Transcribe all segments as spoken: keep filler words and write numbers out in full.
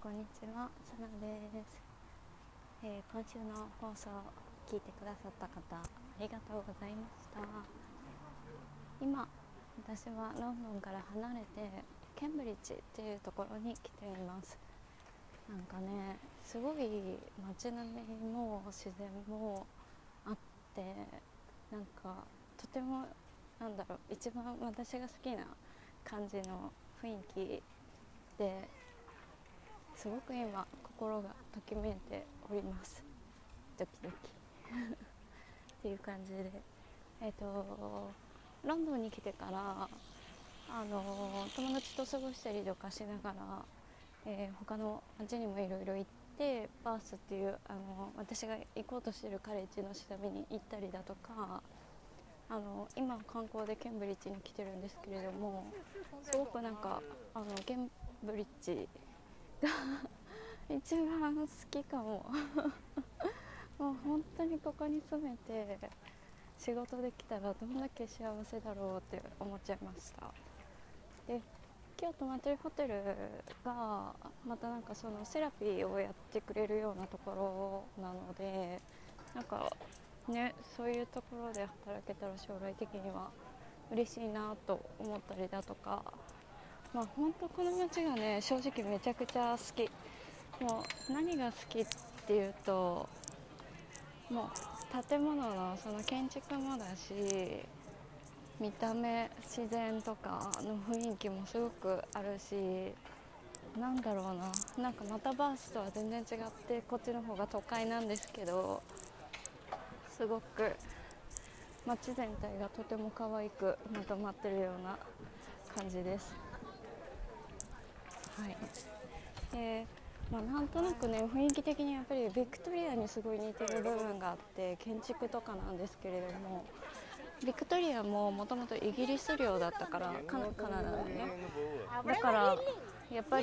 こんにちは、さなです。えー今週の放送を聞いてくださった方、ありがとうございました。今、私はロンドンから離れてケンブリッジっていうところに来ています。なんかね、すごい街並みも自然もあって、なんかとてもなんだろう、一番私が好きな感じの雰囲気ですごく今心がときめいております。ドキドキっていう感じで、えっ、とロンドンに来てからあの友達と過ごしたりとかしながら、えー他の町にもいろいろ行って、バースっていうあの私が行こうとしているカレッジの調べに行ったりだとか、あの今観光でケンブリッジに来てるんですけれども、すごくなんかあのケンブリッジが一番好きかももう本当にここに住めて仕事できたらどんだけ幸せだろうって思っちゃいました。で、今日泊まってるホテルがまたなんかそのセラピーをやってくれるようなところなので、なんかね、そういうところで働けたら将来的には嬉しいなと思ったりだとか、まあ本当この街がね、正直めちゃくちゃ好き。もう何が好きっていうと、もう建物のその建築もだし、見た目自然とかの雰囲気もすごくあるし、なんだろうな、なんかまたバースとは全然違ってこっちの方が都会なんですけど、すごく街全体がとても可愛くまとまってるような感じです。はい。で、まあ、なんとなくね、雰囲気的にやっぱりビクトリアにすごい似てる部分があって、建築とかなんですけれども、ビクトリアももともとイギリス領だったから、カナカナダのね、だからやっぱり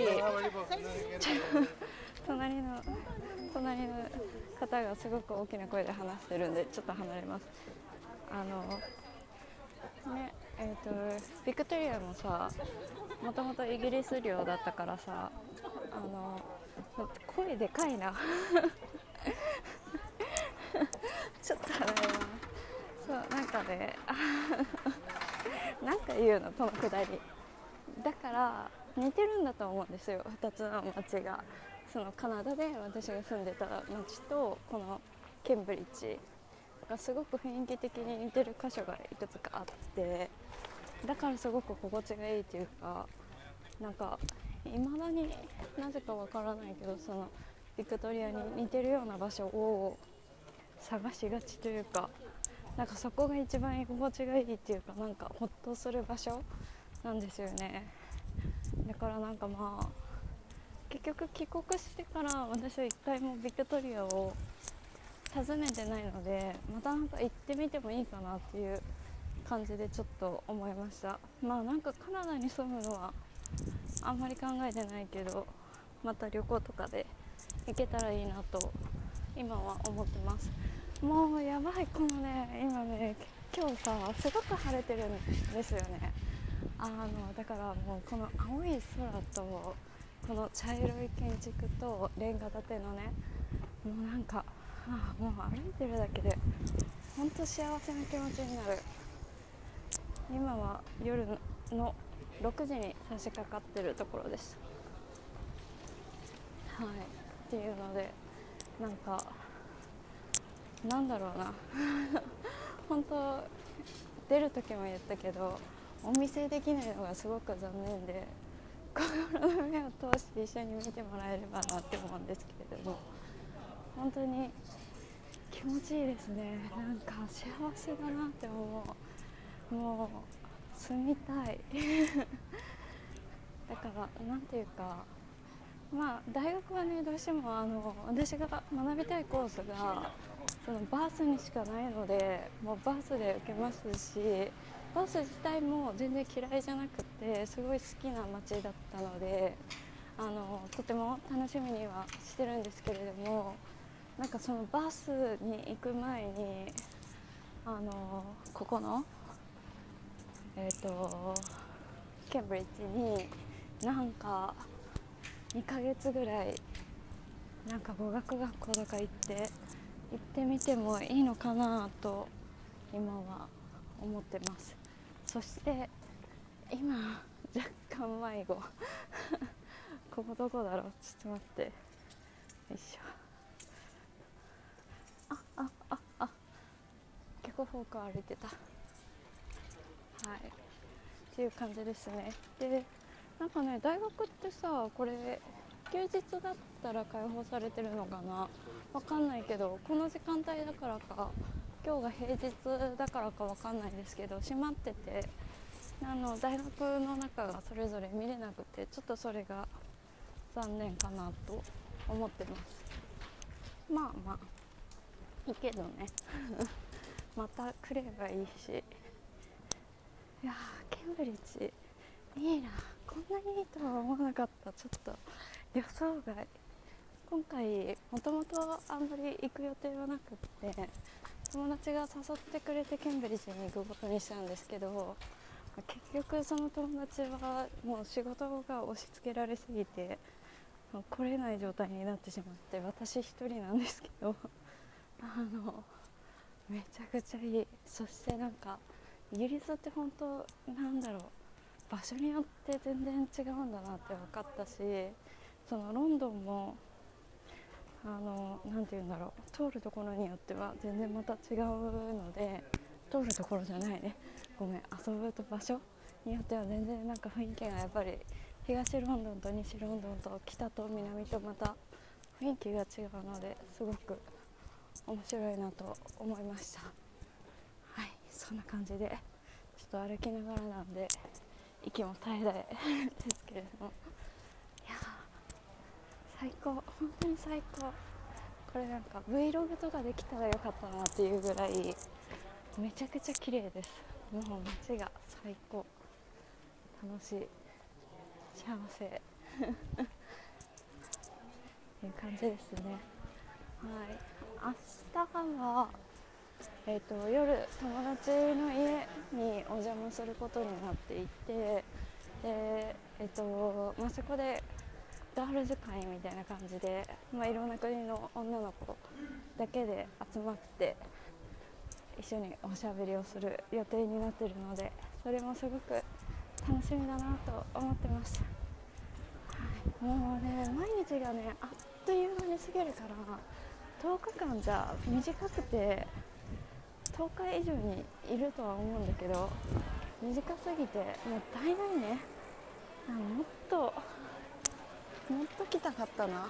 隣の隣の方がすごく大きな声で話してるんでちょっと離れます。あのねえー、とビクトリアもさ、もともとイギリス領だったからさ、あの声でかいなちょっと離れます。そう、なんかねなんか言うの、このくだりだから似てるんだと思うんですよ、ふたつの町が。そのカナダで私が住んでた町とこのケンブリッジがすごく雰囲気的に似てる箇所がいくつかあって、だからすごく心地がいいというか、なんか未だになぜかわからないけど、そのビクトリアに似てるような場所を探しがちというか、なんかそこが一番居心地がいいっていうか、なんかホッとする場所なんですよね。だからなんかまあ結局帰国してから私は一回もビクトリアを訪ねてないので、またなんか行ってみてもいいかなっていう感じでちょっと思いました。まあなんかカナダに住むのはあんまり考えてないけど、また旅行とかで行けたらいいなと今は思ってます。もうやばい、このね、今ね、今日さすごく晴れてるんですよね。あのだからもうこの青い空とこの茶色い建築とレンガ建てのね、もうなんか、ああもう歩いてるだけで本当幸せな気持ちになる。今は夜のろくじに差し掛かってるところです。はい、っていうので、なんかなんだろうな本当出る時も言ったけど、お見せできないのがすごく残念で、心の目を通して一緒に見てもらえればなって思うんですけれども、本当に気持ちいいですね。なんか幸せだなって思う。もう住みたいだからなんていうか、まあ大学はね、どうしてもあの私が学びたいコースがそのバースにしかないので、もうバースで受けますし、バース自体も全然嫌いじゃなくてすごい好きな街だったので、あのとても楽しみにはしてるんですけれども、なんかそのバスに行く前にあのここのえっ、ー、とケンブリッジになんかにかげつぐらいなんか語学学校とか行って行ってみてもいいのかなと今は思ってます。そして今若干迷子ここどこだろう、ちょっと待って、よいしょ、ああああ結構方向歩いてた。はいっていう感じですね。でなんかね、大学ってさ、これ休日だったら開放されてるのかな、わかんないけど、この時間帯だからか今日が平日だからかわかんないですけど閉まってて、あの大学の中がそれぞれ見れなくて、ちょっとそれが残念かなと思ってます。まあまあいいけどねまた来ればいいし。いやーケンブリッジいいな、こんなにいいとは思わなかった。ちょっと予想外。今回もともとあんまり行く予定はなくって、友達が誘ってくれてケンブリッジに行くことにしたんですけど、結局その友達はもう仕事が押し付けられすぎて来れない状態になってしまって、私一人なんですけどあのめちゃくちゃいい。そしてなんかイギリスって本当なんだろう、場所によって全然違うんだなって分かったし、そのロンドンもあのなんていうんだろう、通るところによっては全然また違うので、通るところじゃないね、ごめん、遊ぶと場所によっては全然なんか雰囲気がやっぱり東ロンドンと西ロンドンと北と南とまた雰囲気が違うので、すごく面白いなと思いました。はい、そんな感じでちょっと歩きながらなんで息も絶え絶えですけれども、いや最高、本当に最高。これなんか Vlog とかできたらよかったなっていうぐらいめちゃくちゃ綺麗です。もう街が最高、楽しい、幸せっていう感じですね。はい、明日はえー、と夜友達の家にお邪魔することになっていて、で、えーとまあ、そこでガールズ会みたいな感じで、まあ、いろんな国の女の子だけで集まって一緒におしゃべりをする予定になっているので、それもすごく楽しみだなと思ってます。はい、もうね毎日がねあっという間に過ぎるから、とおかかんじゃ短くてとおか以上にいるとは思うんだけど、短すぎてもったいないね。もっともっと来たかったな。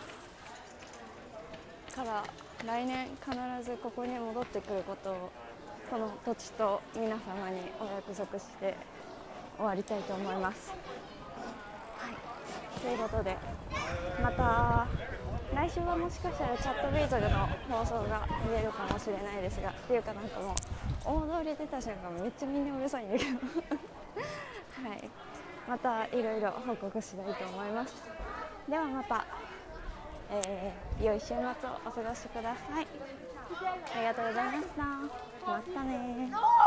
から来年必ずここに戻ってくることをこの土地と皆様にお約束して終わりたいと思います。はい、ということでまた来週はもしかしたらチャットビートルの放送が見えるかもしれないですが、っていうかなんかもう大通り出た瞬間めっちゃみんなうるさいんだけどはい、またいろいろ報告したいと思います。ではまた、えー、良い週末をお過ごしください。ありがとうございました。またね。